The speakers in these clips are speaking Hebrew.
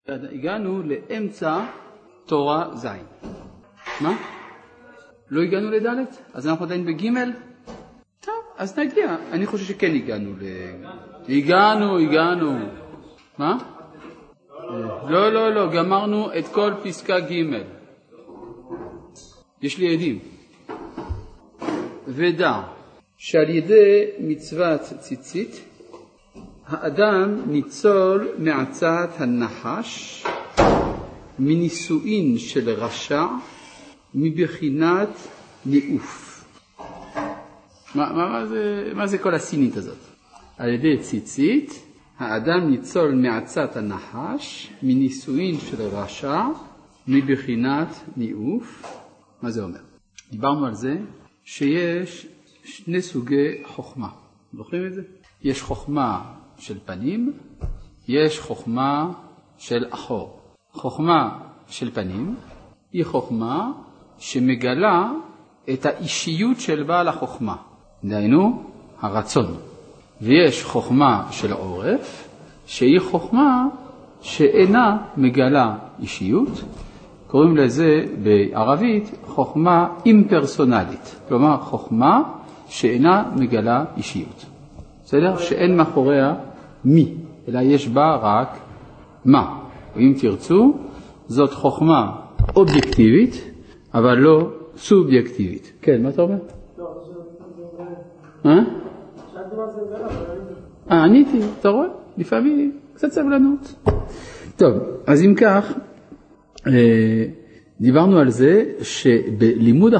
הגענו לאמצע תורה ז'. מה? לא הגענו לד'? אז אנחנו עדיין בג'? טוב, אז נגיע. אני חושב שכן הגענו הגענו. מה? לא, גמרנו את כל פסקה ג'. יש לי עדים. ודע שעל ידי מצוות ציצית האדם ניצול מעצת הנחש מנישואין של רשע מבחינת ניאוף. מה זה כל הסינית הזאת? על ידי ציצית האדם ניצול מעצת הנחש מנישואין של רשע מבחינת ניאוף. מה זה אומר? דיברנו על זה שיש שני סוגי חוכמה. זוכרים את זה? יש חוכמה של פנים, יש חוכמה של אחור. חוכמה של פנים היא חוכמה שמגלה את האישיות של בעל החוכמה, דהיינו הרצון. ויש חוכמה של עורף שהיא חוכמה שאינה מגלה אישיות, קוראים לזה בערבית חוכמה אימפרסונלית, כלומר חוכמה שאינה מגלה אישיות. בסדר? שאין מאחוריה מי, אלא יש בה רק מה. ואם תרצו, זאת חוכמה אובייקטיבית, אבל לא סובייקטיבית. כן, מה אתה אומר? עניתי, אתה רואה? לפעמים קצת סבלנות. טוב, אז אם כך, דיברנו על זה שבלימוד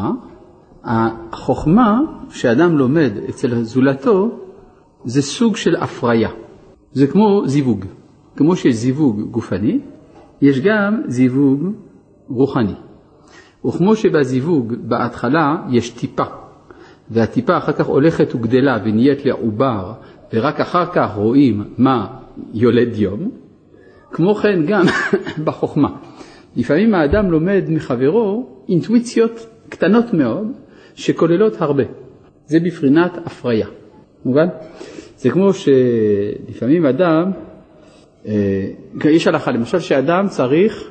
החוכמה שאדם לומד אצל זולתו, זה סוג של אפריה. זה כמו זיווג. כמו שיש זיווג גופני, יש גם זיווג רוחני. וכמו שבזיווג בהתחלה יש טיפה, והטיפה אחר כך הולכת וגדלה ונהיית לעובר, ורק אחר כך רואים מה יולד יום, כמו כן גם בחוכמה. לפעמים האדם לומד מחברו אינטואיציות קטנות מאוד שכוללות הרבה. זה בבחינת אפריה. מובן? זה כמו שלפעמים אדם, יש הלכה למשל שאדם צריך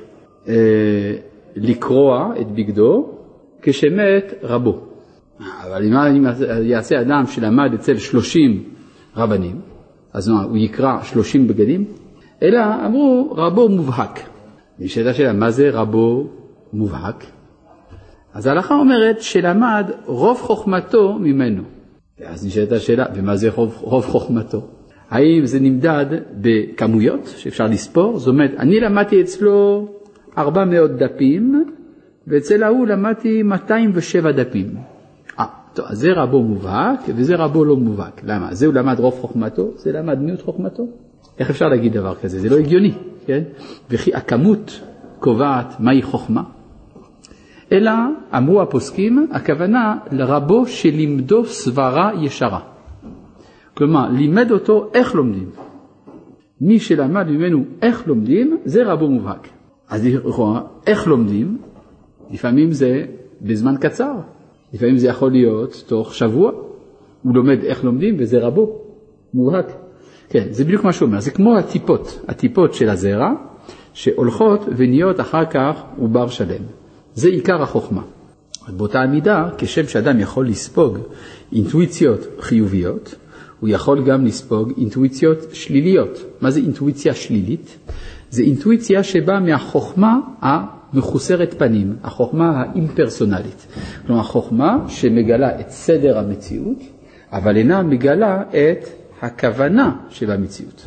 לקרוע את בגדו כשמת רבו. אבל אם יעשה אדם שלמד אצל 30 רבנים, אז הוא יקרא 30 בגדים? אלא אמרו רבו מובהק. ושאלה שלה, מה זה רבו מובהק? אז ההלכה אומרת שלמד רוב חוכמתו ממנו. אז נשאלת השאלה, ומה זה רוב חוכמתו? האם זה נמדד בכמויות שאפשר לספור? זאת אומרת, אני למדתי אצלו 400 דפים, ואצל ההוא למדתי 207 דפים. טוב, אז זה רבו מובהק, וזה רבו לא מובהק. למה? זה הוא למד רוב חוכמתו, זה למד מיעוט חוכמתו. איך אפשר להגיד דבר כזה? זה לא הגיוני, כן? וכי הכמות קובעת מהי חוכמה. אלא, אמרו הפוסקים, הכוונה לרבו שלימדו סברה ישרה. כלומר, לימד אותו איך לומדים. מי שלמד ממנו איך לומדים, זה רבו מובהק. אז איך לומדים? לפעמים זה בזמן קצר. לפעמים זה יכול להיות תוך שבוע. הוא לומד איך לומדים וזה רבו מובהק. כן, זה בדיוק מה שהוא אומר. זה כמו הטיפות של הזרע, שהולכות ונהיות אחר כך עובר שלם. זה עיקר החוכמה. באותה המידה, כשם שאדם יכול לספוג אינטואיציות חיוביות, הוא יכול גם לספוג אינטואיציות שליליות. מה זה אינטואיציה שלילית? זה אינטואיציה שבאה מהחוכמה המחוסרת פנים, החוכמה האימפרסונלית. כלומר, חוכמה שמגלה את סדר המציאות, אבל אינה מגלה את הכוונה של המציאות.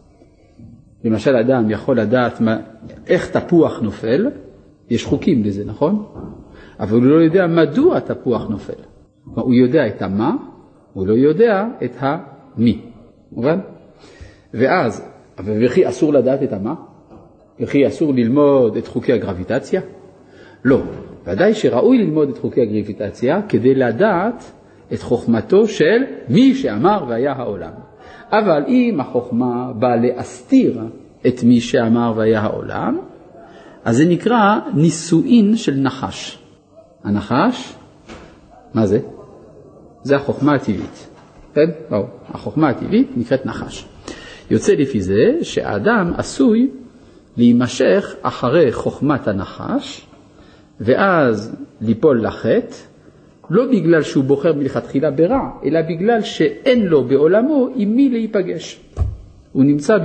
למשל, אדם יכול לדעת איך תפוח נופל, יש חוקים לזה, נכון? אבל הוא לא יודע מדוע תפוח נופל. הוא יודע את המה, הוא לא יודע את המי. מובן? ואז, וכי אסור לדעת את המה? וכי אסור ללמוד את חוקי הגרביטציה? לא. ודאי שראוי ללמוד את חוקי הגרביטציה כדי לדעת את חוכמתו של מי שאמר והיה העולם. אבל אם החוכמה באה להסתיר את מי שאמר והיה העולם, אז זה נקרא נישואין של נחש. הנחש, מה זה? זה החוכמה הטבעית. כן? החוכמה הטבעית נקראת נחש. יוצא לפי זה שהאדם עשוי להימשך אחרי חוכמת הנחש, ואז ליפול לחטא, לא בגלל שהוא בוחר מלכתחילה ברע, אלא בגלל שאין לו בעולמו עם מי להיפגש. הוא נמצא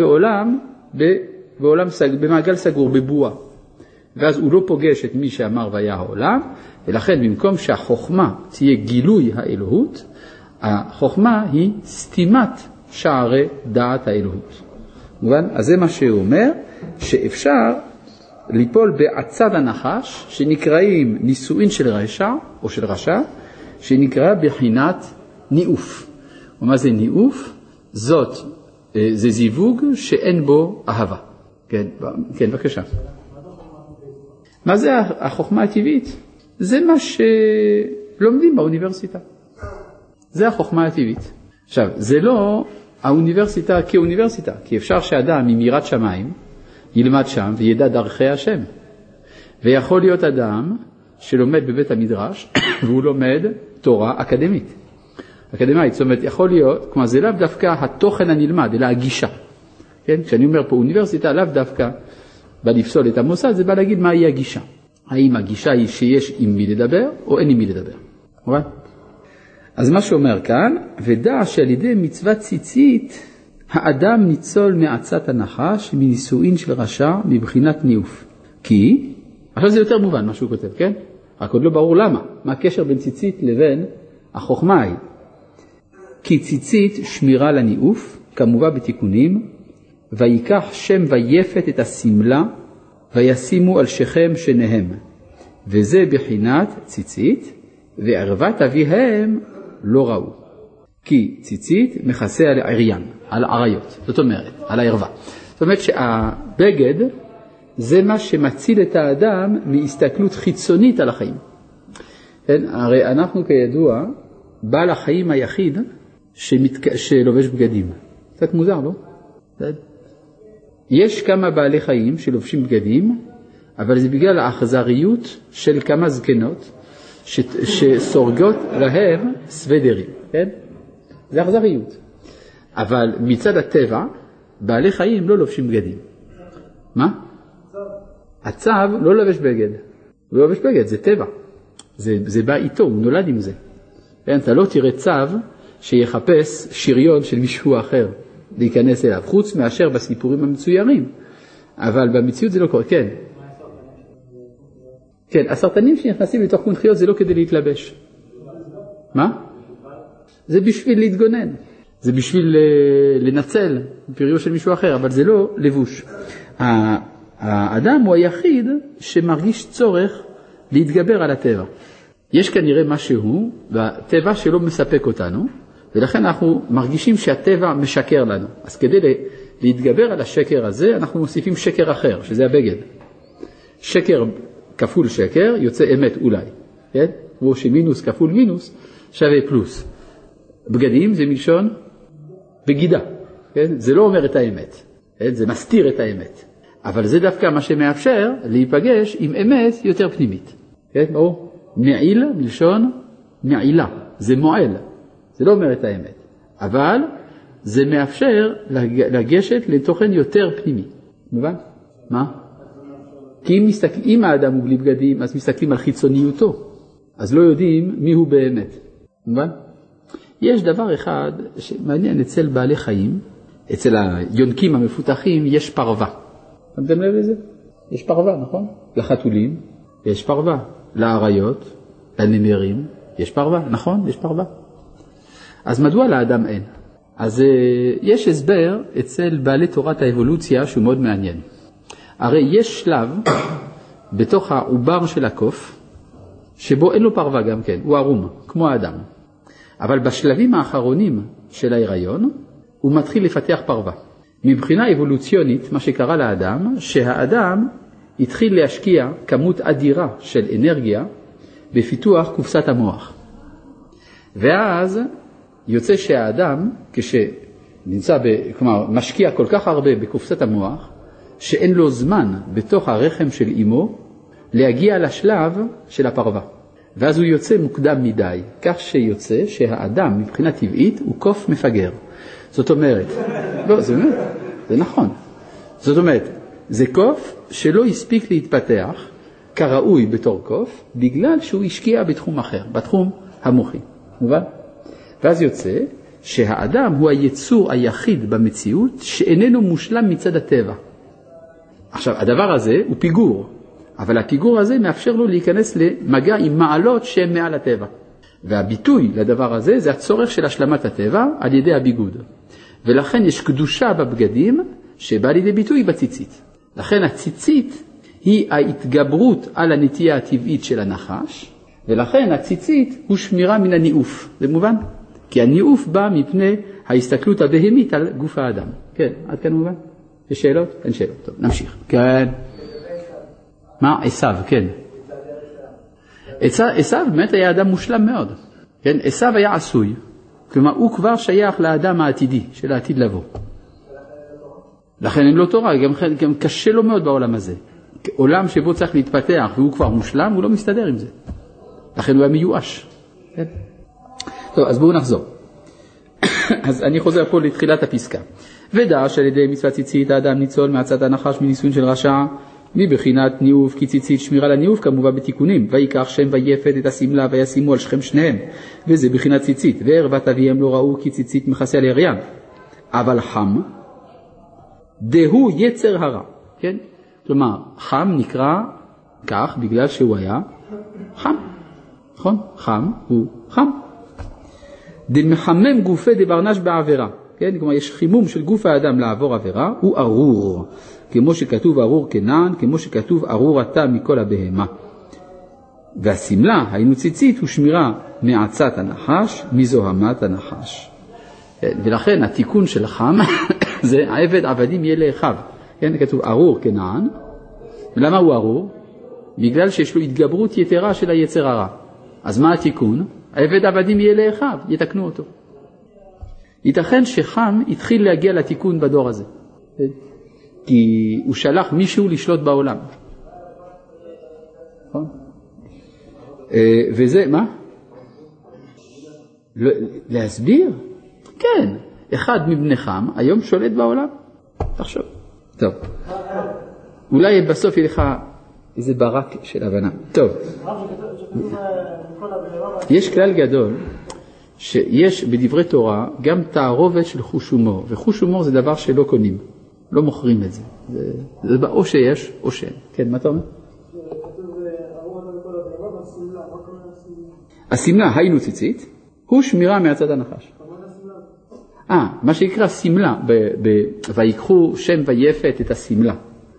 במעגל סגור, בבועה. ואז הוא לא פוגש את מי שאמר והיה העולם, ולכן במקום שהחוכמה תהיה גילוי האלוהות, החוכמה היא סתימת שערי דעת האלוהות. מובן? אז זה מה שהוא אומר, שאפשר ליפול בעצת הנחש, שנקראים נישואין של רשע, או של רשע, שנקרא בחינת ניאוף. ומה זה ניאוף? זה זיווג שאין בו אהבה. כן, בבקשה. מה זה החוכמה הטבעית? זה מה שלומדים באוניברסיטה. זה החוכמה הטבעית. עכשיו, זה לא האוניברסיטה כאוניברסיטה, כי אפשר שאדם עם יראת שמיים ילמד שם וידע דרכי השם. ויכול להיות אדם שלומד בבית המדרש והוא לומד תורה אקדמית. אקדמית, זאת אומרת, יכול להיות, כלומר זה לאו דווקא התוכן הנלמד, אלא הגישה. כן? כשאני אומר פה אוניברסיטה, לאו דווקא בא לפסול את המוסד, זה בא להגיד מה היא הגישה. האם הגישה היא שיש עם מי לדבר או אין עם מי לדבר. אוקיי? אז מה שאומר כאן, ודע שעל ידי מצוות ציצית, האדם ניצול מעצת הנחש מנישואין של רשע מבחינת ניאוף. כי, עכשיו זה יותר מובן מה שהוא כותב, כן? רק עוד לא ברור למה. מה הקשר בין ציצית לבין החוכמה היא? כי ציצית שמירה לניאוף, כמובן בתיקונים, ויקח שם ויפת את הסמלה, וישימו על שכם שניהם. וזה בחינת ציצית, וערבת אביהם לא ראו. כי ציצית מכסה על עריין, על עריות, זאת אומרת, על הערווה. זאת אומרת שהבגד זה מה שמציל את האדם מהסתכלות חיצונית על החיים. כן? הרי אנחנו כידוע, בעל החיים היחיד שלובש בגדים. קצת מוזר, לא? יש כמה בעלי חיים שלובשים בגדים, אבל זה בגלל האכזריות של כמה זקנות שסורגות להם סוודרים, כן? זה אכזריות. אבל מצד הטבע, בעלי חיים לא לובשים בגדים. מה? הצב לא לובש בגד. הוא לא לובש בגד, זה טבע. זה בא איתו, הוא נולד עם זה. כן? אתה לא תראה צב שיחפש שריון של מישהו אחר להיכנס אליו, חוץ מאשר בסיפורים המצוירים. אבל במציאות זה לא קורה. כן. כן, הסרטנים שנכנסים לתוך קונכיות זה לא כדי להתלבש. מה? זה בשביל להתגונן. זה בשביל לנצל פריו של מישהו אחר, אבל זה לא לבוש. האדם הוא היחיד שמרגיש צורך להתגבר על הטבע. יש כנראה משהו בטבע שלא מספק אותנו, ולכן אנחנו מרגישים שהטבע משקר לנו. אז כדי להתגבר על השקר הזה, אנחנו מוסיפים שקר אחר, שזה הבגד. שקר כפול שקר יוצא אמת אולי. כן? כמו שמינוס כפול מינוס שווה פלוס. בגדים זה מלשון בגידה. כן? זה לא אומר את האמת. כן? זה מסתיר את האמת. אבל זה דווקא מה שמאפשר להיפגש עם אמת יותר פנימית. כן? ברור? מעיל מלשון מעילה. זה מועל. זה לא אומר את האמת. אבל זה מאפשר לגשת לתוכן יותר פנימי. מובן? מה? כי אם האדם הוא בלי בגדים, אז מסתכלים על חיצוניותו. אז לא יודעים מי הוא באמת. מובן? יש דבר אחד שמעניין אצל בעלי חיים, אצל היונקים המפותחים, יש פרווה. שמתם לב לזה? יש פרווה, נכון? לחתולים יש פרווה. לאריות, לנמרים, יש פרווה, נכון? יש פרווה. אז מדוע לאדם אין? אז יש הסבר אצל בעלי תורת האבולוציה שהוא מאוד מעניין. הרי יש שלב בתוך העובר של הקוף, שבו אין לו פרווה גם כן, הוא ערום, כמו האדם. אבל בשלבים האחרונים של ההיריון, הוא מתחיל לפתח פרווה. מבחינה אבולוציונית, מה שקרה לאדם, שהאדם התחיל להשקיע כמות אדירה של אנרגיה בפיתוח קופסת המוח. ואז יוצא שהאדם, כשנמצא, כלומר, משקיע כל כך הרבה בקופסת המוח, שאין לו זמן בתוך הרחם של אמו להגיע לשלב של הפרווה. ואז הוא יוצא מוקדם מדי, כך שיוצא שהאדם מבחינה טבעית הוא קוף מפגר. זאת אומרת, לא, זה נכון. זאת אומרת, זה קוף שלא הספיק להתפתח כראוי בתור קוף, בגלל שהוא השקיע בתחום אחר, בתחום המוחי. מובן? ואז יוצא שהאדם הוא היצור היחיד במציאות שאיננו מושלם מצד הטבע. עכשיו, הדבר הזה הוא פיגור, אבל הפיגור הזה מאפשר לו להיכנס למגע עם מעלות שהן מעל הטבע. והביטוי לדבר הזה זה הצורך של השלמת הטבע על ידי הביגוד. ולכן יש קדושה בבגדים שבא לידי ביטוי בציצית. לכן הציצית היא ההתגברות על הנטייה הטבעית של הנחש, ולכן הציצית הוא שמירה מן הניאוף. זה מובן? כי הניאוף בא מפני ההסתכלות הבהמית על גוף האדם. כן, עד כאן מובן? יש שאלות? אין שאלות. טוב, נמשיך. כן. מה? עשיו, כן. עשיו באמת היה אדם מושלם מאוד. כן, עשיו היה עשוי. כלומר, הוא כבר שייך לאדם העתידי, של העתיד לבוא. לכן אין לו תורה, גם קשה לו מאוד בעולם הזה. עולם שבו צריך להתפתח והוא כבר מושלם, הוא לא מסתדר עם זה. לכן הוא היה מיואש. כן? טוב, אז בואו נחזור. אז אני חוזר פה לתחילת הפסקה. ודע שעל ידי מצוות ציצית האדם ניצול מהצד הנחש מניסוין של רשע, מבחינת ניאוף, כי ציצית שמירה לניאוף כמובן בתיקונים, ויקח שם ויפת את הסמלה וישימו על שכם שניהם, וזה בחינת ציצית, וערוות אביהם לא ראו כי ציצית מכסה על יריין. אבל חם, דהו יצר הרע, כן? כלומר, חם נקרא כך בגלל שהוא היה חם, נכון? חם הוא חם. דמחמם גופי דברנש בעבירה, כן? כלומר, יש חימום של גוף האדם לעבור עבירה, הוא ארור. כמו שכתוב ארור כנען, כמו שכתוב ארור אתה מכל הבהמה. והסמלה, היינו ציצית, הוא שמירה מעצת הנחש, מזוהמת הנחש. ולכן התיקון של חם זה העבד עבדים יהיה לאחיו. כן, כתוב ארור כנען. ולמה הוא ארור? בגלל שיש לו התגברות יתרה של היצר הרע. אז מה התיקון? העבד עבדים יהיה לאחיו, יתקנו אותו. ייתכן שחם התחיל להגיע לתיקון בדור הזה. כי הוא שלח מישהו לשלוט בעולם. נכון? וזה, מה? להסביר? כן. אחד מבני חם היום שולט בעולם. תחשוב. טוב. אולי בסוף יהיה לך איזה ברק של הבנה. טוב. יש כלל גדול שיש בדברי תורה גם תערובת של חוש הומור. וחוש הומור זה דבר שלא קונים. לא מוכרים את זה. זה או שיש או שאין. כן, מה אתה אומר? הסמלה, היינו ציצית, הוא שמירה מהצד הנחש. מה שיקרא סמלה, ויקחו שם ויפת את הסמלה,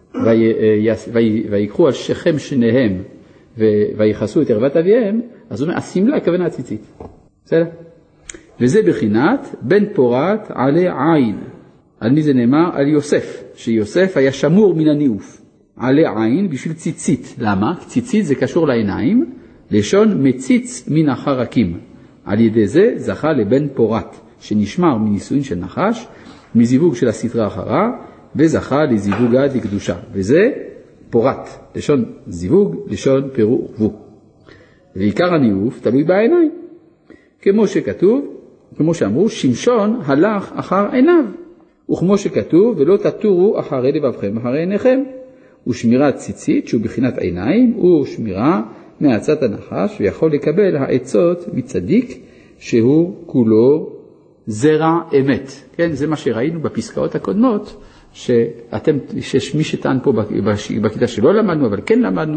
ויקחו על שכם שניהם, ויחסו את ערוות אביהם, אז הוא אומר, הסמלה הכוונה הציצית. בסדר? וזה בחינת בן פורת עלי עין. על מי זה נאמר? על יוסף, שיוסף היה שמור מן הניאוף. עלי עין בשביל ציצית. למה? ציצית זה קשור לעיניים, לשון מציץ מן החרקים. על ידי זה זכה לבן פורת, שנשמר מנישואין של נחש, מזיווג של הסתרה אחרה, וזכה לזיווגה דקדושה. וזה פורת, לשון זיווג, לשון פירור ורבו. ועיקר הניאוף תלוי בעיניים. כמו שכתוב, כמו שאמרו, שמשון הלך אחר עיניו. וכמו שכתוב, ולא תטורו אחרי לבבכם, אחרי עיניכם. ושמירת ציצית, שהוא בחינת עיניים, הוא שמירה מעצת הנחש, ויכול לקבל העצות מצדיק, שהוא כולו זרע אמת. כן, זה מה שראינו בפסקאות הקודמות, שמי שטען פה בכיתה שלא למדנו, אבל כן למדנו,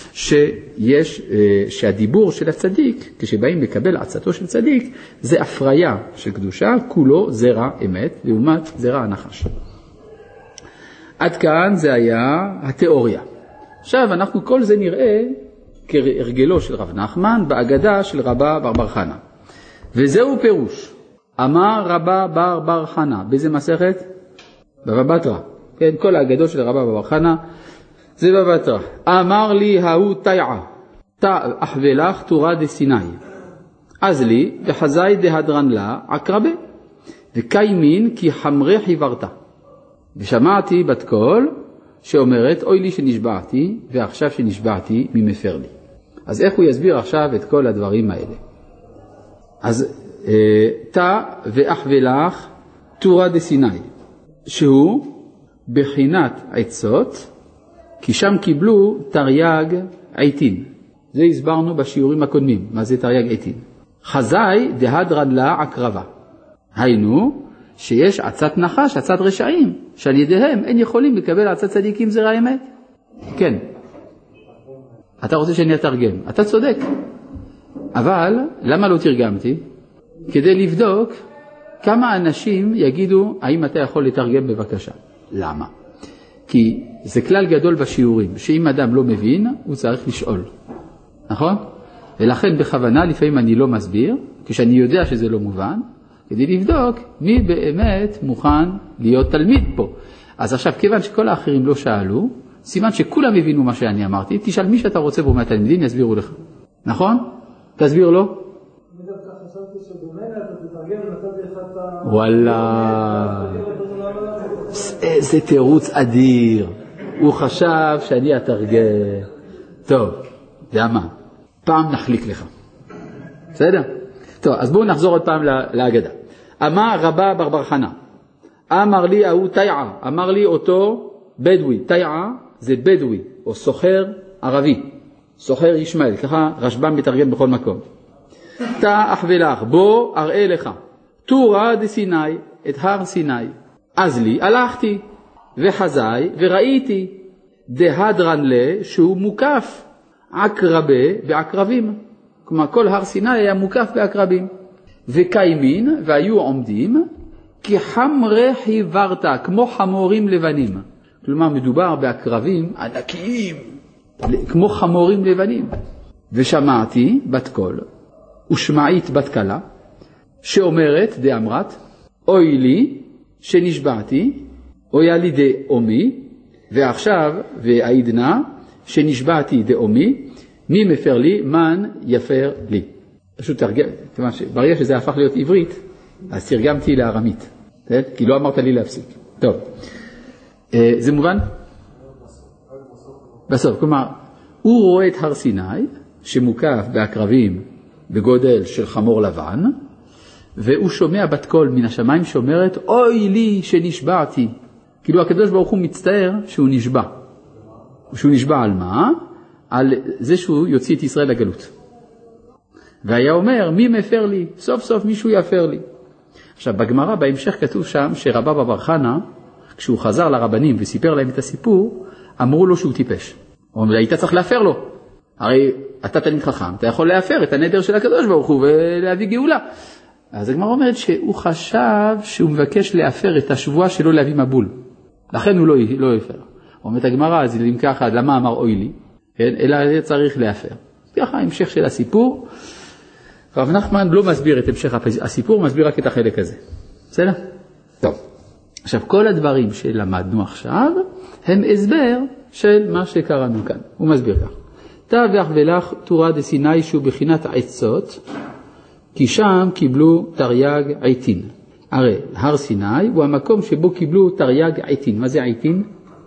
שהדיבור של הצדיק, כשבאים לקבל עצתו של צדיק, זה הפריה של קדושה, כולו זרע אמת, לעומת זרע הנחש. עד כאן זה היה התיאוריה. עכשיו אנחנו כל זה נראה כהרגלו של רב נחמן באגדה של רבא בר חנה. וזהו פירוש. אמר רבא בר חנה, באיזה מסכת? בבא בתרא. כן, כל האגדות של רבא בר חנה זה בבא בתרא. אמר לי ההוא תיעה, אחבלך תורה דסיני. אז לי וחזאי דהדרן לה עקרבה, וקיימין כי חמרי חיברתה. ושמעתי בת קול שאומרת, אוי לי שנשבעתי, ועכשיו שנשבעתי מי מפר לי. אז איך הוא יסביר עכשיו את כל הדברים האלה? אז תא ואחבלך תורה דסיני, שהוא בחינת עצות, כי שם קיבלו תרי"ג עיתין. זה הסברנו בשיעורים הקודמים, מה זה תרי"ג עיתין. חזאי דהדרן לה עקרבה. היינו, שיש עצת נחש, עצת רשעים, שעל ידיהם אין יכולים לקבל עצת צדיקים זרע אמת. כן. אתה רוצה שאני אתרגם, אתה צודק. אבל למה לא תרגמתי? כדי לבדוק כמה אנשים יגידו, האם אתה יכול לתרגם בבקשה. למה? כי זה כלל גדול בשיעורים, שאם אדם לא מבין, הוא צריך לשאול. נכון? ולכן בכוונה לפעמים אני לא מסביר, כשאני יודע שזה לא מובן, כדי לבדוק מי באמת מוכן להיות תלמיד פה. אז עכשיו, כיוון שכל האחרים לא שאלו, סימן שכולם הבינו מה שאני אמרתי, תשאל מי שאתה רוצה בו מהתלמידים, יסבירו לך. נכון? תסביר לו. אני דווקא חשבתי שבאמת אתה תתרגם ונתתי לך את ה... וואלה. איזה תירוץ אדיר. הוא חשב שאני אתרגם. טוב, יודע מה? פעם נחליק לך. בסדר? טוב, אז בואו נחזור עוד פעם להגדה. אמר רבא בר בר חנא, אמר לי ההוא תיעה, אמר לי אותו בדואי, תיעה זה בדואי, או סוחר ערבי, סוחר ישמעאל, ככה רשב"ם מתרגם בכל מקום. תא אחבלך, בוא אראה לך, תורה דסיני, את הר סיני. אז לי הלכתי, וחזאי וראיתי, דהדרן לה שהוא מוקף, עקרבה בעקרבים. כלומר, כל הר סיני היה מוקף בעקרבים. וקיימין, והיו עומדים, כחמרי חיוורתה, כמו חמורים לבנים. כלומר, מדובר בעקרבים ענקיים, כמו חמורים לבנים. ושמעתי בת קול, ושמעית בת קלה, שאומרת, דאמרת, אוי לי, שנשבעתי, אויה לי דאומי, ועכשיו, והעידנה, שנשבעתי דאומי, מי מפר לי, מן יפר לי. פשוט תרגם, ברגע שזה הפך להיות עברית, אז תרגמתי לארמית, כי לא אמרת לי להפסיק. טוב, זה מובן? בסוף, כלומר, הוא רואה את הר סיני, שמוקף בעקרבים בגודל של חמור לבן, והוא שומע בת קול מן השמיים שאומרת, אוי לי שנשבעתי. כאילו הקדוש ברוך הוא מצטער שהוא נשבע. שהוא נשבע על מה? על זה שהוא יוציא את ישראל לגלות. והיה אומר, מי מפר לי? סוף סוף מישהו יפר לי. עכשיו, בגמרא בהמשך כתוב שם שרבא בר חנא, כשהוא חזר לרבנים וסיפר להם את הסיפור, אמרו לו שהוא טיפש. הוא אומר, היית צריך להפר לו. הרי אתה תלמיד חכם, אתה יכול להפר את הנדר של הקדוש ברוך הוא ולהביא גאולה. אז הגמרא אומרת שהוא חשב שהוא מבקש להפר את השבועה שלו להביא מבול. לכן הוא לא יפר. אומרת הגמרא, אז אם ככה, למה אמר אוי לי? כן? אלא צריך להפר. ככה המשך של הסיפור. רב נחמן לא מסביר את המשך הסיפור, מסביר רק את החלק הזה. בסדר? טוב. עכשיו, כל הדברים שלמדנו עכשיו, הם הסבר של מה שקראנו כאן. הוא מסביר כך. תא ואחבלך תורה דסיני שהוא בחינת עצות, כי שם קיבלו תרי"ג עיתין. הרי הר סיני הוא המקום שבו קיבלו תרי"ג עיתין. מה זה עיתין?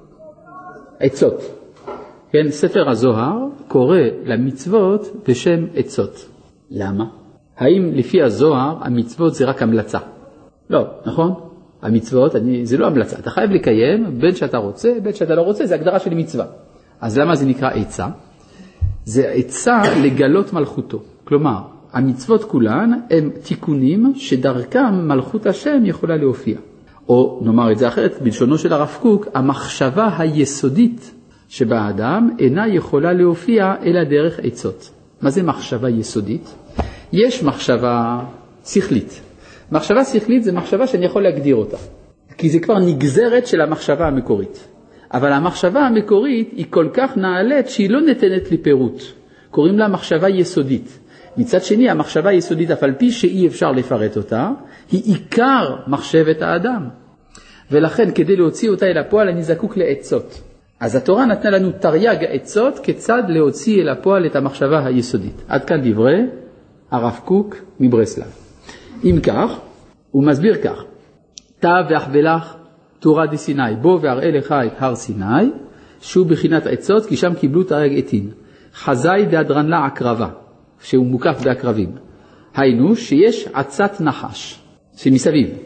עצות. כן, ספר הזוהר קורא למצוות בשם עצות. למה? האם לפי הזוהר המצוות זה רק המלצה? לא, נכון? המצוות זה לא המלצה. אתה חייב לקיים בין שאתה רוצה, בין שאתה לא רוצה, זה הגדרה של מצווה. אז למה זה נקרא עצה? זה עצה לגלות מלכותו. כלומר, המצוות כולן הם תיקונים שדרכם מלכות השם יכולה להופיע. או נאמר את זה אחרת, בלשונו של הרב קוק, המחשבה היסודית שבאדם אינה יכולה להופיע אלא דרך עצות. מה זה מחשבה יסודית? יש מחשבה שכלית. מחשבה שכלית זה מחשבה שאני יכול להגדיר אותה. כי זה כבר נגזרת של המחשבה המקורית. אבל המחשבה המקורית היא כל כך נעלית שהיא לא נתנת לי פירוט. קוראים לה מחשבה יסודית. מצד שני, המחשבה היסודית, אף על פי שאי אפשר לפרט אותה, היא עיקר מחשבת האדם. ולכן, כדי להוציא אותה אל הפועל, אני זקוק לעצות. אז התורה נתנה לנו תרי"ג עצות כיצד להוציא אל הפועל את המחשבה היסודית. עד כאן דברי הרב קוק מברסלב. אם כך, הוא מסביר כך, תא ואחבלך תורה דסיני, בוא ואראה לך את הר סיני, שהוא בחינת עצות, כי שם קיבלו תרי"ג עיתין. חזאי דהדרן לה עקרבה, שהוא מוקף בעקרבים. היינו שיש עצת נחש, שמסביב.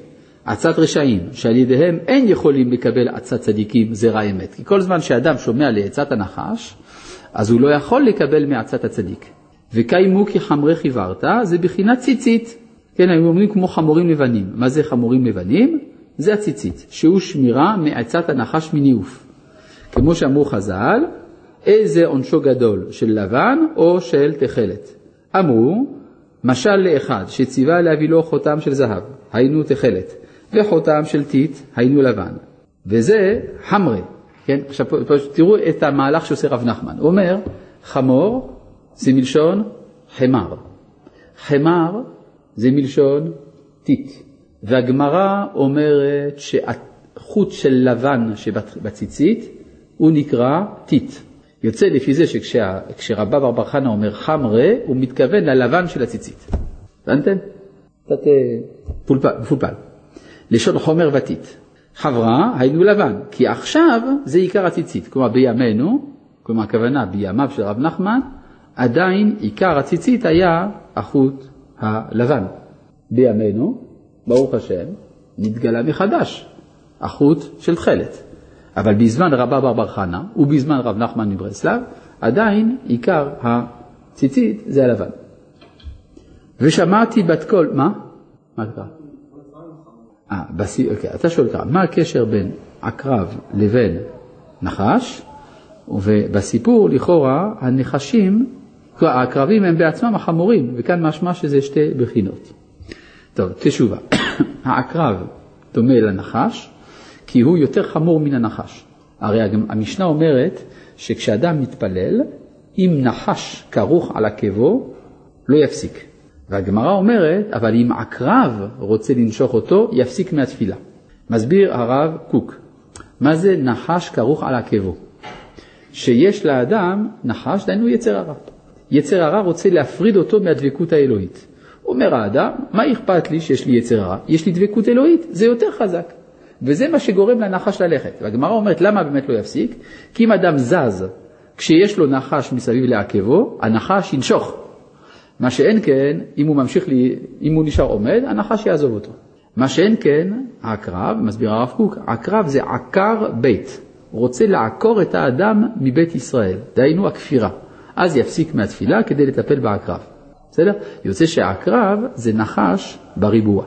עצת רשעים, שעל ידיהם אין יכולים לקבל עצת צדיקים, זרע אמת. כי כל זמן שאדם שומע לעצת הנחש, אז הוא לא יכול לקבל מעצת הצדיק. וקיימו כי חמרי חיוורת, זה בחינת ציצית. כן, הם אומרים כמו חמורים לבנים. מה זה חמורים לבנים? זה הציצית, שהוא שמירה מעצת הנחש מניאוף. כמו שאמרו חז"ל, איזה עונשו גדול, של לבן או של תכלת. אמרו, משל לאחד שציווה להביא לו חותם של זהב, היינו תכלת, וחותם של טיט, היינו לבן. וזה חמרי. כן? עכשיו תראו את המהלך שעושה רב נחמן. הוא אומר, חמור זה מלשון חמר. חמר זה מלשון טיט. והגמרא אומרת שהחוט של לבן שבציצית הוא נקרא טיט. יוצא לפי זה שכשרבא בר חנא אומר חמרה, הוא מתכוון ללבן של הציצית. הבנתם? קצת פולפל. לשון חומר וטיט. חברה היינו לבן, כי עכשיו זה עיקר הציצית. כלומר בימינו, כלומר הכוונה בימיו של רב נחמן, עדיין עיקר הציצית היה החוט הלבן. בימינו, ברוך השם, נתגלה מחדש החוט של תכלת. אבל בזמן רבא בר חנא ובזמן רב נחמן מברסלב, עדיין עיקר הציצית זה הלבן. ושמעתי בת קול, מה? מה קרה? אוקיי, אתה שואל ככה, מה הקשר בין עקרב לבין נחש? ובסיפור לכאורה הנחשים, העקרבים הם בעצמם החמורים, וכאן משמע שזה שתי בחינות. טוב, תשובה. העקרב דומה לנחש, כי הוא יותר חמור מן הנחש. הרי המשנה אומרת שכשאדם מתפלל, אם נחש כרוך על עקבו, לא יפסיק. והגמרא אומרת, אבל אם עקרב רוצה לנשוך אותו, יפסיק מהתפילה. מסביר הרב קוק, מה זה נחש כרוך על עקבו? שיש לאדם נחש, דיינו יצר הרע. יצר הרע רוצה להפריד אותו מהדבקות האלוהית. אומר האדם, מה אכפת לי שיש לי יצר הרע? יש לי דבקות אלוהית, זה יותר חזק. וזה מה שגורם לנחש ללכת. והגמרא אומרת, למה באמת לא יפסיק? כי אם אדם זז, כשיש לו נחש מסביב לעקבו, הנחש ינשוך. מה שאין כן, אם הוא נשאר עומד, הנחש יעזוב אותו. מה שאין כן, העקרב, מסביר הרב קוק, עקרב זה עקר בית. הוא רוצה לעקור את האדם מבית ישראל. דהיינו הכפירה. אז יפסיק מהתפילה כדי לטפל בעקרב. בסדר? יוצא שהעקרב זה נחש בריבוע.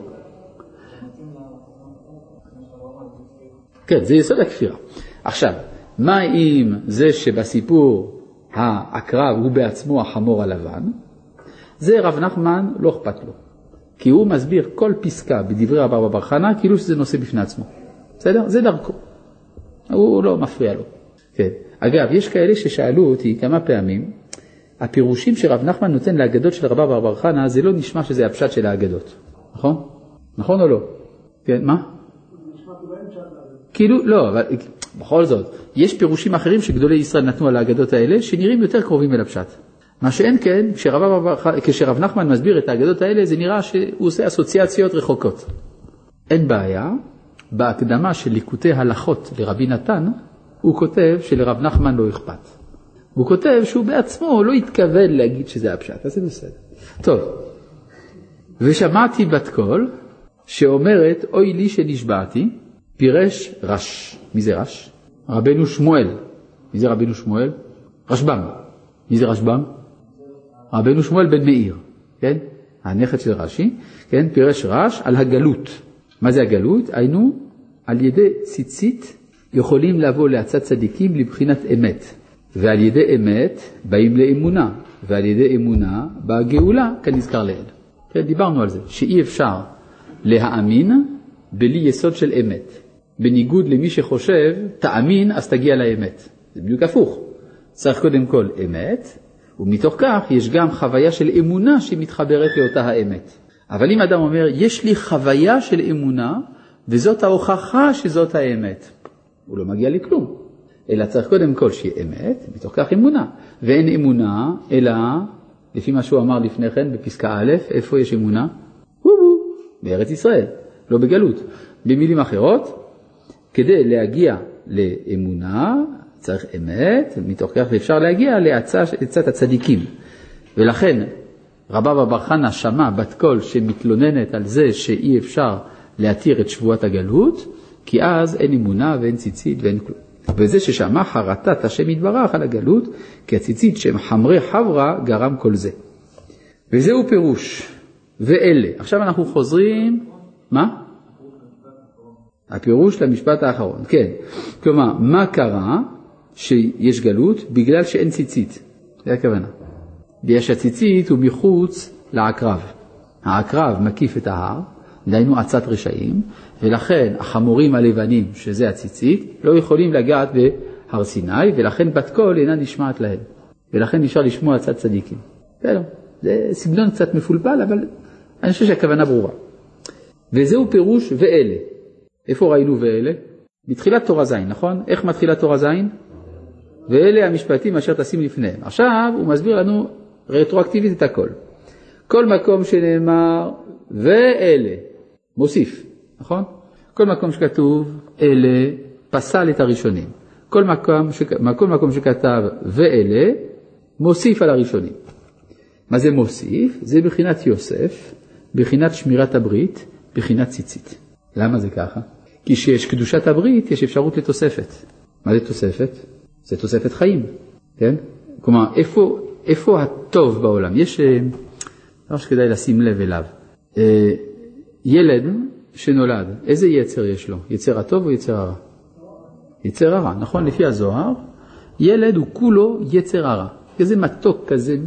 כן, זה יסוד הכפירה. עכשיו, מה אם זה שבסיפור העקרב הוא בעצמו החמור הלבן? זה רב נחמן לא אכפת לו. כי הוא מסביר כל פסקה בדברי רבא בר חנא כאילו שזה נושא בפני עצמו. בסדר? זה דרכו. הוא לא מפריע לו. כן. אגב, יש כאלה ששאלו אותי כמה פעמים, הפירושים שרב נחמן נותן להגדות של רבא בר חנא, זה לא נשמע שזה הפשט של ההגדות. נכון? נכון או לא? כן, מה? כאילו, לא, אבל בכל זאת, יש פירושים אחרים שגדולי ישראל נתנו על ההגדות האלה, שנראים יותר קרובים אל הפשט. מה שאין כן, כשרב נחמן מסביר את ההגדות האלה, זה נראה שהוא עושה אסוציאציות רחוקות. אין בעיה, בהקדמה של ליקוטי הלכות לרבי נתן, הוא כותב שלרב נחמן לא אכפת. הוא כותב שהוא בעצמו לא התכוון להגיד שזה הפשט, אז זה בסדר. טוב, ושמעתי בת קול שאומרת, אוי לי שנשבעתי, פירש רש. מי זה רש? רבנו שמואל. מי זה רבנו שמואל? רשב"ם. מי זה רשב"ם? רבנו שמואל בן מאיר. כן? הנכד של רש"י. כן? פירש רש על הגלות. מה זה הגלות? היינו, על ידי ציצית יכולים לבוא לעצת צדיקים לבחינת אמת. ועל ידי אמת באים לאמונה. ועל ידי אמונה באה גאולה, כנזכר לעיל. כן? דיברנו על זה. שאי אפשר להאמין בלי יסוד של אמת. בניגוד למי שחושב, תאמין אז תגיע לאמת. זה בדיוק הפוך. צריך קודם כל אמת, ומתוך כך יש גם חוויה של אמונה שמתחברת לאותה האמת. אבל אם אדם אומר, יש לי חוויה של אמונה, וזאת ההוכחה שזאת האמת, הוא לא מגיע לכלום. אלא צריך קודם כל שיהיה אמת, מתוך כך אמונה. ואין אמונה, אלא, לפי מה שהוא אמר לפני כן, בפסקה א', איפה יש אמונה? בארץ ישראל, לא בגלות. במילים אחרות, כדי להגיע לאמונה, צריך אמת, מתוך כך אפשר להגיע לעצת הצדיקים. ולכן, רבא בר חנא שמע בת קול שמתלוננת על זה שאי אפשר להתיר את שבועת הגלות, כי אז אין אמונה ואין ציצית ואין כלום. וזה ששמע חרטת השם יתברך על הגלות, כי הציצית שם חמרי חברה גרם כל זה. וזהו פירוש, ואלה. עכשיו אנחנו חוזרים, מה? הפירוש למשפט האחרון, כן. כלומר, מה קרה שיש גלות? בגלל שאין ציצית. זה הכוונה. בגלל שהציצית הוא מחוץ לעקרב. העקרב מקיף את ההר, דהיינו עצת רשעים, ולכן החמורים הלבנים, שזה הציצית, לא יכולים לגעת בהר סיני, ולכן בת קול אינה נשמעת להם. ולכן נשאר לשמוע עצת צדיקים. זה סגנון קצת מפולפל, אבל אני חושב שהכוונה ברורה. וזהו פירוש ואלה. איפה ראינו ואלה? בתחילת תורה זין, נכון? איך מתחילה תורה זין? ואלה המשפטים אשר תשים לפניהם. עכשיו הוא מסביר לנו רטרואקטיבית את הכל. כל מקום שנאמר ואלה, מוסיף, נכון? כל מקום שכתוב אלה, פסל את הראשונים. כל מקום שכתב ואלה, מוסיף על הראשונים. מה זה מוסיף? זה בחינת יוסף, בחינת שמירת הברית, בחינת ציצית. למה זה ככה? כי שיש קדושת הברית, יש אפשרות לתוספת. מה זה תוספת? זה תוספת חיים, כן? כלומר, איפה הטוב בעולם? יש דבר שכדאי לשים לב אליו. ילד שנולד, איזה יצר יש לו? יצר הטוב או יצר הרע? יצר הרע, נכון? לפי הזוהר, ילד הוא כולו יצר הרע. כזה מתוק, כזה,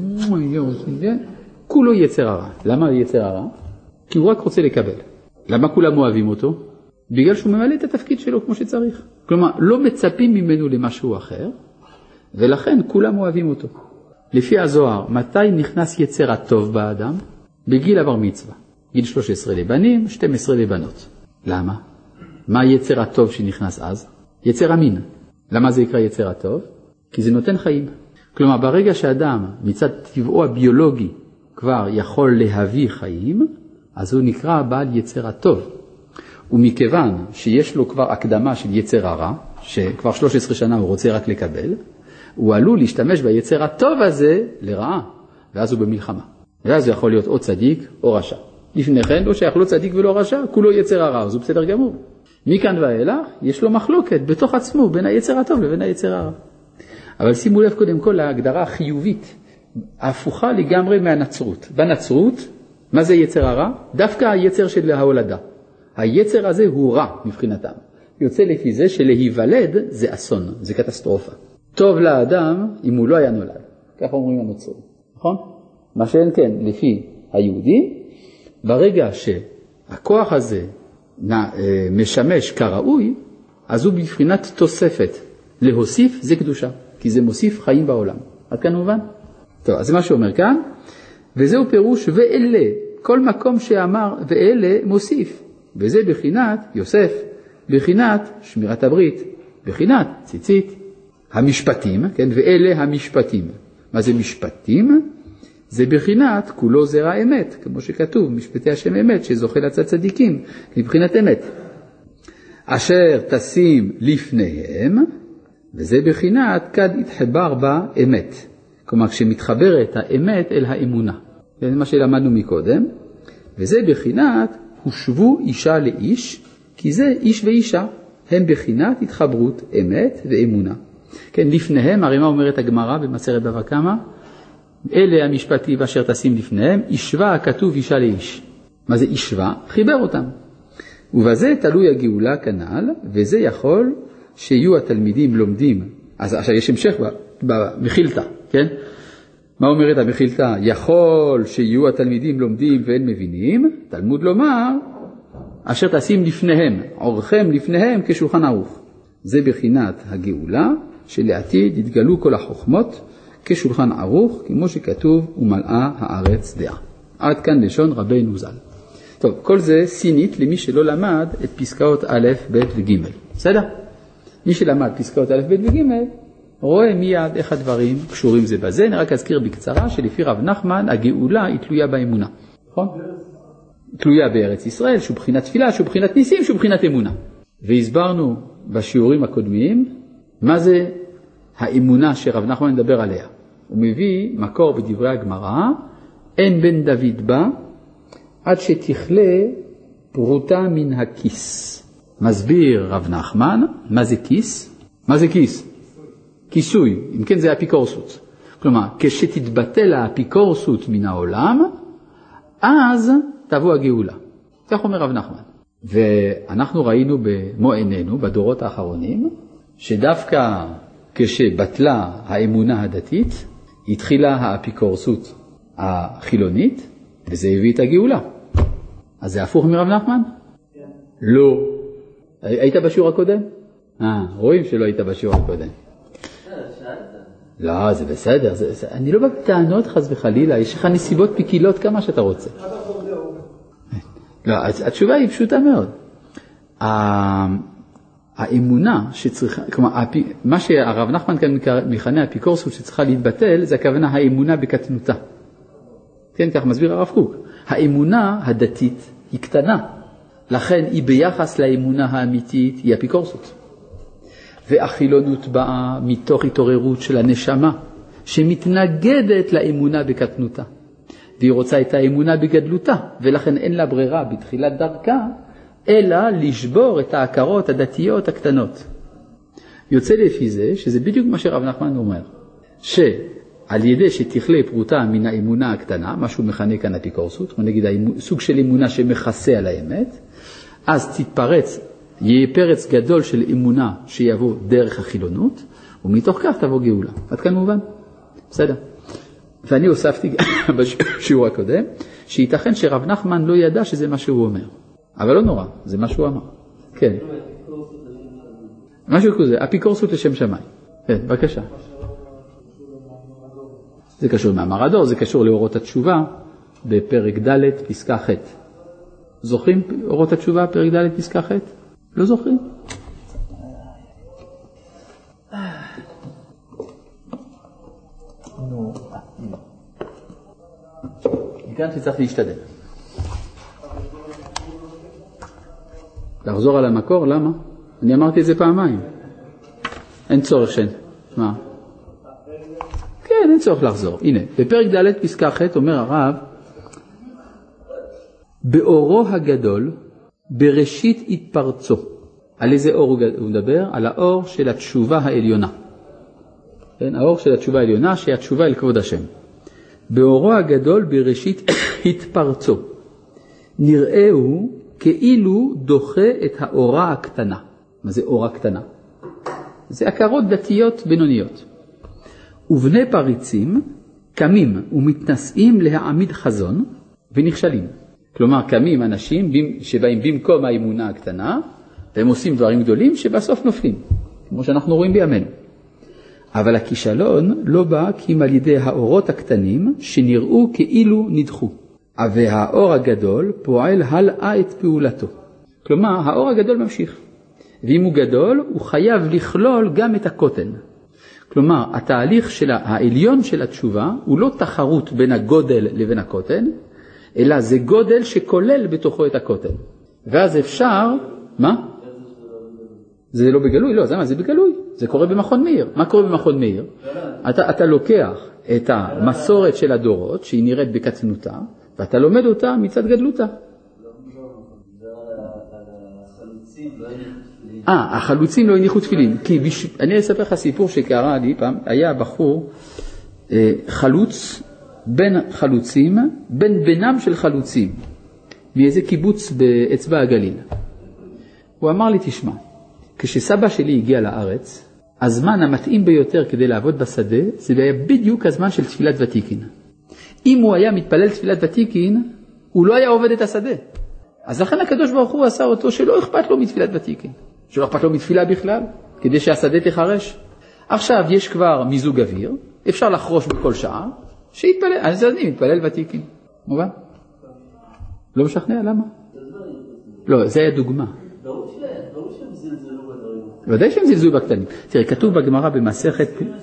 כולו יצר הרע. למה יצר הרע? כי הוא רק רוצה לקבל. למה כולם אוהבים אותו? בגלל שהוא ממלא את התפקיד שלו כמו שצריך. כלומר, לא מצפים ממנו למשהו אחר, ולכן כולם אוהבים אותו. לפי הזוהר, מתי נכנס יצר הטוב באדם? בגיל הבר מצווה. גיל 13 לבנים, 12 לבנות. למה? מה יצר הטוב שנכנס אז? יצר המין. למה זה יקרא יצר הטוב? כי זה נותן חיים. כלומר, ברגע שאדם מצד טבעו הביולוגי כבר יכול להביא חיים, אז הוא נקרא בעל יצר הטוב. ומכיוון שיש לו כבר הקדמה של יצר הרע, שכבר 13 שנה הוא רוצה רק לקבל, הוא עלול להשתמש ביצר הטוב הזה לרעה, ואז הוא במלחמה. ואז הוא יכול להיות או צדיק או רשע. לפני כן לא שייך לא צדיק ולא רשע, כולו יצר הרע, אז הוא בסדר גמור. מכאן ואילך יש לו מחלוקת בתוך עצמו בין היצר הטוב לבין היצר הרע. אבל שימו לב קודם כל להגדרה החיובית, ההפוכה לגמרי מהנצרות. בנצרות, מה זה יצר הרע? דווקא היצר של ההולדה. היצר הזה הוא רע מבחינתם. יוצא לפי זה שלהיוולד זה אסון, זה קטסטרופה. טוב לאדם אם הוא לא היה נולד. כך אומרים הנוצרים, נכון? מה שאין כן, לפי היהודים, ברגע שהכוח הזה משמש כראוי, אז הוא בבחינת תוספת. להוסיף זה קדושה, כי זה מוסיף חיים בעולם. עד כאן מובן? טוב, אז זה מה שאומר כאן, וזהו פירוש ואלה, כל מקום שאמר ואלה מוסיף, וזה בחינת יוסף, בחינת שמירת הברית, בחינת ציצית, המשפטים, כן? ואלה המשפטים. מה זה משפטים? זה בחינת כולו זרע אמת, כמו שכתוב, משפטי השם אמת, שזוכה לצד צדיקים, מבחינת אמת. אשר תשים לפניהם, וזה בחינת כד התחבר בה אמת. כלומר, כשמתחברת האמת אל האמונה. זה מה שלמדנו מקודם. וזה בחינת הושבו אישה לאיש, כי זה איש ואישה, הם בחינת התחברות אמת ואמונה. כן, לפניהם, הרי מה אומרת הגמרא במסכת בבא קמא? אלה המשפטים אשר תשים לפניהם, ישבה הכתוב אישה לאיש. מה זה ישבה? חיבר אותם. ובזה תלוי הגאולה כנ"ל, וזה יכול שיהיו התלמידים לומדים. אז עכשיו יש המשך במחילתא, כן? מה אומרת המחילתא? יכול שיהיו התלמידים לומדים ואין מבינים, תלמוד לומר, אשר תשים לפניהם, עורכם לפניהם כשולחן ערוך. זה בחינת הגאולה, שלעתיד יתגלו כל החוכמות כשולחן ערוך, כמו שכתוב, ומלאה הארץ דעה. עד כאן לשון רבינו ז"ל. טוב, כל זה סינית למי שלא למד את פסקאות א', ב' וג'. בסדר? מי שלמד פסקאות א', ב' וג' רואה מיד איך הדברים קשורים זה בזה. אני רק אזכיר בקצרה שלפי רב נחמן הגאולה היא תלויה באמונה. נכון? תלויה בארץ ישראל, שהוא בחינת תפילה, שהוא בחינת ניסים, שהוא בחינת אמונה. והסברנו בשיעורים הקודמים מה זה האמונה שרב נחמן מדבר עליה. הוא מביא מקור בדברי הגמרא, אין בן דוד בא עד שתכלה פרוטה מן הכיס. מסביר רב נחמן, מה זה כיס? מה זה כיס? כיסוי, אם כן זה אפיקורסות. כלומר, כשתתבטל האפיקורסות מן העולם, אז תבוא הגאולה. כך אומר רב נחמן. ואנחנו ראינו במו עינינו, בדורות האחרונים, שדווקא כשבטלה האמונה הדתית, התחילה האפיקורסות החילונית, וזה הביא את הגאולה. אז זה הפוך מרב נחמן? כן. לא. היית בשיעור הקודם? רואים שלא היית בשיעור הקודם. לא, זה בסדר. אני לא בטענות חס וחלילה, יש לך נסיבות פקילות כמה שאתה רוצה. לא, התשובה היא פשוטה מאוד. האמונה שצריכה, כלומר, מה שהרב נחמן כאן מכנה האפיקורסות שצריכה להתבטל, זה הכוונה האמונה בקטנותה. כן, כך מסביר הרב קוק. האמונה הדתית היא קטנה, לכן היא ביחס לאמונה האמיתית היא אפיקורסות. והחילונות באה מתוך התעוררות של הנשמה, שמתנגדת לאמונה בקטנותה. והיא רוצה את האמונה בגדלותה, ולכן אין לה ברירה בתחילת דרכה, אלא לשבור את ההכרות הדתיות הקטנות. יוצא לפי זה, שזה בדיוק מה שרב נחמן אומר, שעל ידי שתכלה פרוטה מן האמונה הקטנה, מה שהוא מכנה כאן אפיקורסות, נגיד סוג של אמונה שמכסה על האמת, אז תתפרץ, יהיה פרץ גדול של אמונה שיבוא דרך החילונות, ומתוך כך תבוא גאולה. עד כאן מובן? בסדר. ואני הוספתי בשיעור הקודם, שייתכן שרב נחמן לא ידע שזה מה שהוא אומר. אבל לא נורא, זה מה שהוא אמר. כן. משהו כזה, אפיקורסות לשם שמיים. כן, בבקשה. זה קשור למאמר הדור, זה קשור לאורות התשובה, בפרק ד' פסקה ח'. זוכרים אורות התשובה, פרק ד' פסקה ח'? לא זוכרים? מכאן שצריך להשתדל. לחזור על המקור, למה? אני אמרתי את זה פעמיים. אין צורך מה? כן, אין צורך לחזור. הנה, בפרק ד' פסקה ח' אומר הרב, באורו הגדול, בראשית התפרצו. על איזה אור הוא מדבר? על האור של התשובה העליונה. כן, האור של התשובה העליונה, שהיא התשובה אל כבוד השם. באורו הגדול, בראשית התפרצו. נראהו כאילו דוחה את האורה הקטנה. מה זה אורה קטנה? זה הכרות דתיות בינוניות. ובני פריצים קמים ומתנשאים להעמיד חזון ונכשלים. כלומר, קמים אנשים שבאים במקום האמונה הקטנה, והם עושים דברים גדולים שבסוף נופלים, כמו שאנחנו רואים בימינו. אבל הכישלון לא בא כי אם על ידי האורות הקטנים שנראו כאילו נדחו. והאור הגדול פועל הלאה את פעולתו. כלומר, האור הגדול ממשיך. ואם הוא גדול, הוא חייב לכלול גם את הקוטן. כלומר, התהליך של העליון של התשובה הוא לא תחרות בין הגודל לבין הקוטן, אלא זה גודל שכולל בתוכו את הקוטן. ואז אפשר, מה? זה לא בגלוי? לא, זה בגלוי. זה קורה במכון מאיר. מה קורה במכון מאיר? אתה לוקח את המסורת של הדורות, שהיא נראית בקטנותה, ואתה לומד אותה מצד גדלותה. החלוצים לא הניחו תפילין. כי אני אספר לך סיפור שקרה לי פעם, היה בחור חלוץ, בין בינם של חלוצים, מאיזה קיבוץ באצבע הגליל. הוא אמר לי, תשמע, כשסבא שלי הגיע לארץ, הזמן המתאים ביותר כדי לעבוד בשדה, זה היה בדיוק הזמן של תפילת ותיקין. אם הוא היה מתפלל תפילת ותיקין, הוא לא היה עובד את השדה. אז לכן הקדוש ברוך הוא עשה אותו שלא אכפת לו מתפילת ותיקין. שלא אכפת לו מתפילה בכלל, כדי שהשדה תחרש. עכשיו יש כבר מיזוג אוויר, אפשר לחרוש בכל שעה, שיתפלל, אז אני מתפלל ותיקין. מובן? לא משכנע, למה? לא, זה היה דוגמה. ודאי שהם זלזלו בקטנים. תראה, כתוב בגמרא במסכת...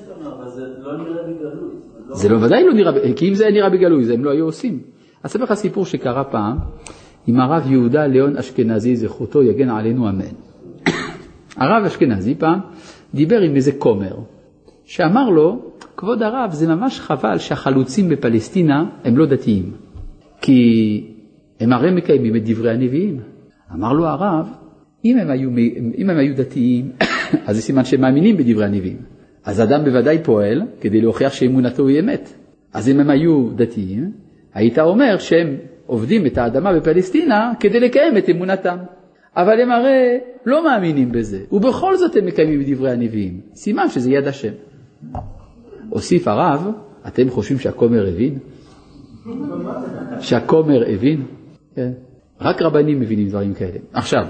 זה לא ודאי לא נראה, כי אם זה היה נראה בגלוי, זה הם לא היו עושים. אספר לך סיפור שקרה פעם, עם הרב יהודה ליאון אשכנזי, זכותו יגן עלינו אמן. הרב אשכנזי פעם דיבר עם איזה כומר, שאמר לו, כבוד הרב, זה ממש חבל שהחלוצים בפלסטינה הם לא דתיים, כי הם הרי מקיימים את דברי הנביאים. אמר לו הרב, אם הם היו דתיים, אז זה סימן שהם מאמינים בדברי הנביאים. אז אדם בוודאי פועל כדי להוכיח שאמונתו היא אמת. אז אם הם היו דתיים, היית אומר שהם עובדים את האדמה בפלסטינה כדי לקיים את אמונתם. אבל הם הרי לא מאמינים בזה, ובכל זאת הם מקיימים בדברי הנביאים. סימן שזה יד השם. הוסיף הרב, אתם חושבים שהכומר הבין? שהכומר הבין? כן. רק רבנים מבינים דברים כאלה. עכשיו,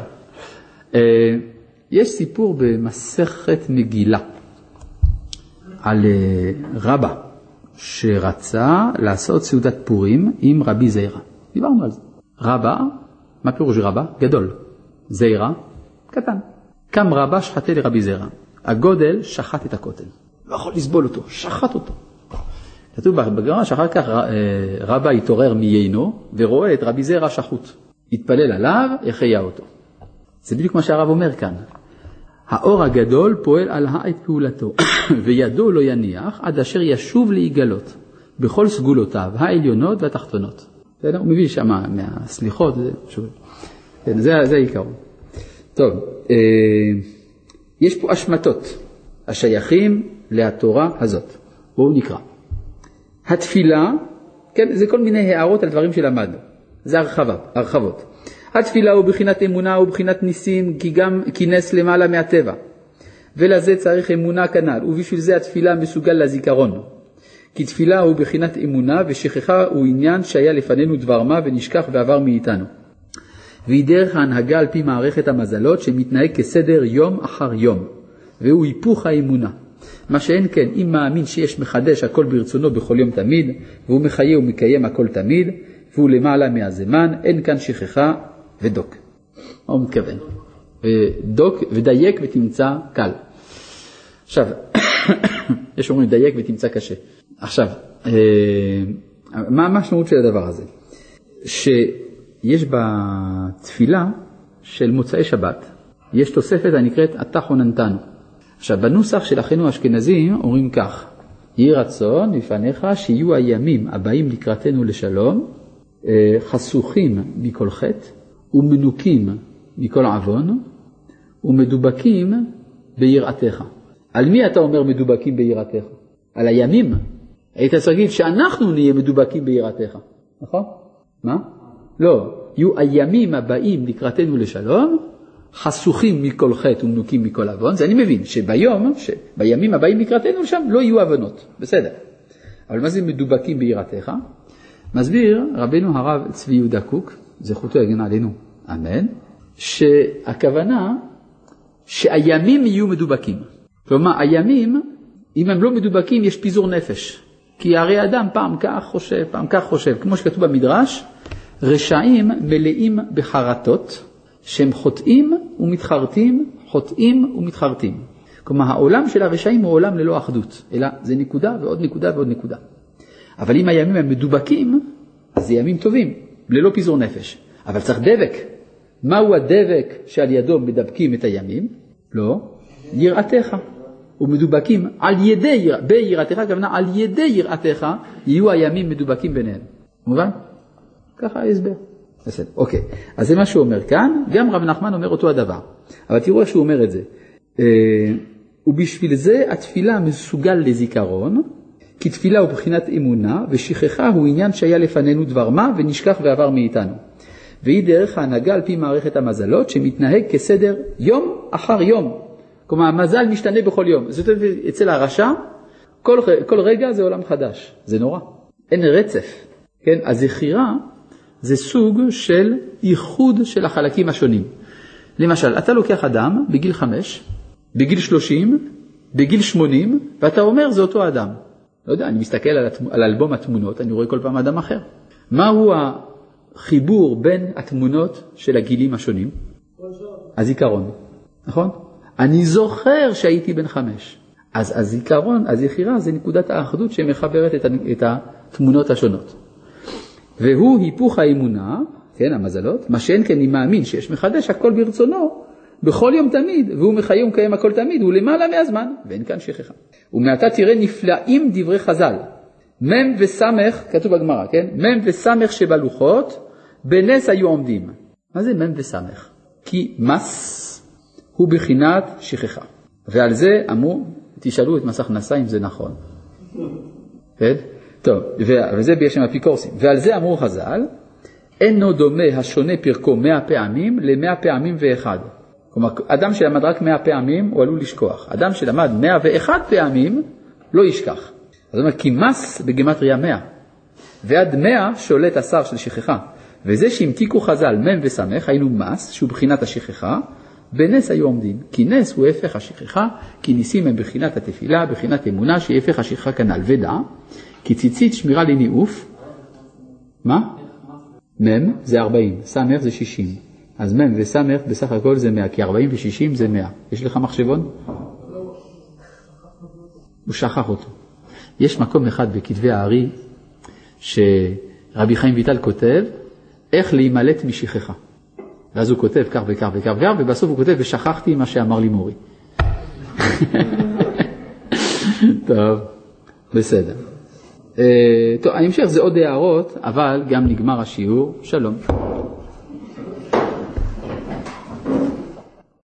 יש סיפור במסכת מגילה על רבא שרצה לעשות סעודת פורים עם רבי זיירה. דיברנו על זה. רבא, מה פירוש רבא? גדול. זיירה, קטן. קם רבא שחטה לרבי זיירה. הגודל שחט את הכותל. לא יכול לסבול אותו, שחט אותו. כתוב בגמרא שאחר כך רבא התעורר מיינו ורואה את רבי זיירה שחוט. התפלל עליו, יחיה אותו. זה בדיוק מה שהרב אומר כאן. האור הגדול פועל על את פעולתו, וידו לא יניח עד אשר ישוב להיגלות, בכל סגולותיו, העליונות והתחתונות. הוא מביא שם מהסליחות, זה העיקרון. טוב, יש פה אשמתות, השייכים לתורה הזאת. בואו נקרא. התפילה, כן, זה כל מיני הערות על דברים שלמדנו. זה הרחבות. התפילה הוא בחינת אמונה, הוא בחינת ניסים, כי נס למעלה מהטבע. ולזה צריך אמונה כנ"ל, ובשביל זה התפילה מסוגל לזיכרון. כי תפילה הוא בחינת אמונה, ושכחה הוא עניין שהיה לפנינו דבר מה ונשכח ועבר מאיתנו. והיא דרך ההנהגה על פי מערכת המזלות, שמתנהג כסדר יום אחר יום. והוא היפוך האמונה. מה שאין כן, אם מאמין שיש מחדש הכל ברצונו בכל יום תמיד, והוא מחיה ומקיים הכל תמיד, והוא למעלה מהזמן, אין כאן שכחה ודוק. מה הוא מתכוון? דוק ודייק ותמצא קל. עכשיו, יש אומרים דייק ותמצא קשה. עכשיו, מה המשמעות של הדבר הזה? שיש בתפילה של מוצאי שבת, יש תוספת הנקראת אתה חוננתנו. עכשיו, בנוסח של אחינו האשכנזים אומרים כך, יהי רצון לפניך שיהיו הימים הבאים לקראתנו לשלום, חסוכים מכל חטא, ומנוקים מכל עוון, ומדובקים ביראתך. על מי אתה אומר מדובקים ביראתך? על הימים. היית צריך להגיד שאנחנו נהיה מדובקים ביראתך. נכון? מה? לא. יהיו הימים הבאים לקראתנו לשלום, חסוכים מכל חטא ומנוקים מכל עוון. זה אני מבין, שבימים הבאים לקראתנו לשם לא יהיו עוונות. בסדר. אבל מה זה מדובקים ביראתך? מסביר רבנו הרב צבי יהודה קוק, זכותו יגן עלינו, אמן, שהכוונה שהימים יהיו מדובקים. כלומר, הימים, אם הם לא מדובקים, יש פיזור נפש. כי הרי אדם פעם כך חושב, פעם כך חושב. כמו שכתוב במדרש, רשעים מלאים בחרטות, שהם חוטאים ומתחרטים, חוטאים ומתחרטים. כלומר, העולם של הרשעים הוא עולם ללא אחדות, אלא זה נקודה ועוד נקודה ועוד נקודה. אבל אם הימים הם מדובקים, אז זה ימים טובים, ללא פיזור נפש. אבל צריך דבק. מהו הדבק שעל ידו מדבקים את הימים? לא, יראתך. ומדובקים על ידי, ביראתך, הכוונה על ידי יראתך, יהיו הימים מדובקים ביניהם. מובן? ככה ההסבר. בסדר, אוקיי. אז זה מה שהוא אומר כאן, גם רב נחמן אומר אותו הדבר. אבל תראו איך שהוא אומר את זה. ובשביל זה התפילה מסוגל לזיכרון, כי תפילה הוא בחינת אמונה, ושכחה הוא עניין שהיה לפנינו דבר מה, ונשכח ועבר מאיתנו. והיא דרך ההנהגה על פי מערכת המזלות, שמתנהג כסדר יום אחר יום. כלומר, המזל משתנה בכל יום. זאת אומרת, אצל הרשע, כל רגע זה עולם חדש. זה נורא. אין רצף. כן? הזכירה זה סוג של ייחוד של החלקים השונים. למשל, אתה לוקח אדם בגיל 5, בגיל 30, בגיל 80, ואתה אומר זה אותו אדם. לא יודע, אני מסתכל על אלבום התמונות, אני רואה כל פעם אדם אחר. מהו החיבור בין התמונות של הגילים השונים? הזיכרון, נכון? אני זוכר שהייתי בן 5. אז הזיכרון, הזכירה, זה נקודת האחדות שמחברת את התמונות השונות. והוא היפוך האמונה, כן, המזלות, מה שאין כן אני מאמין שיש מחדש הכל ברצונו, בכל יום תמיד, והוא מחיה ומקיים הכל תמיד, הוא למעלה מהזמן, ואין כאן שכחה. ומעתה תראה נפלאים דברי חז"ל, מם וסמך, כתוב בגמרא, כן? מם וסמך שבלוחות, בנס היו עומדים. מה זה מם וסמך? כי מס הוא בחינת שכחה. ועל זה אמרו, תשאלו את מס הכנסה אם זה נכון. כן? טוב, וזה בשם אפיקורסים. ועל זה אמרו חז"ל, אינו דומה השונה פרקו 100 פעמים ל100 פעמים ואחד. כלומר, אדם שלמד רק 100 פעמים הוא עלול לשכוח. אדם שלמד 101 פעמים לא ישכח. זאת אומרת, כי מס בגמטריה 100. ועד 100 שולט השר של שכחה. וזה שהמתיקו חז"ל מם וסמך, היינו מס, שהוא בחינת השכחה, בנס היו עומדים. כי נס הוא הפך השכחה, כי ניסים הם בחינת התפילה, בחינת אמונה, שהיא הפך השכחה כנ"ל. ודע, כי ציצית שמירה לניאוף, מה? מם זה 40, סמך זה 60. אז מם וסמך בסך הכל זה 100, כי 40 ו-60 זה 100. יש לך מחשבון? הוא שכח אותו. יש מקום אחד בכתבי הארי, שרבי חיים ויטל כותב, איך להימלט משכחה. ואז הוא כותב כך וכך וכך וכך, ובסוף הוא כותב, ושכחתי מה שאמר לי מורי. טוב, בסדר. טוב, ההמשך זה עוד הערות, אבל גם נגמר השיעור. שלום.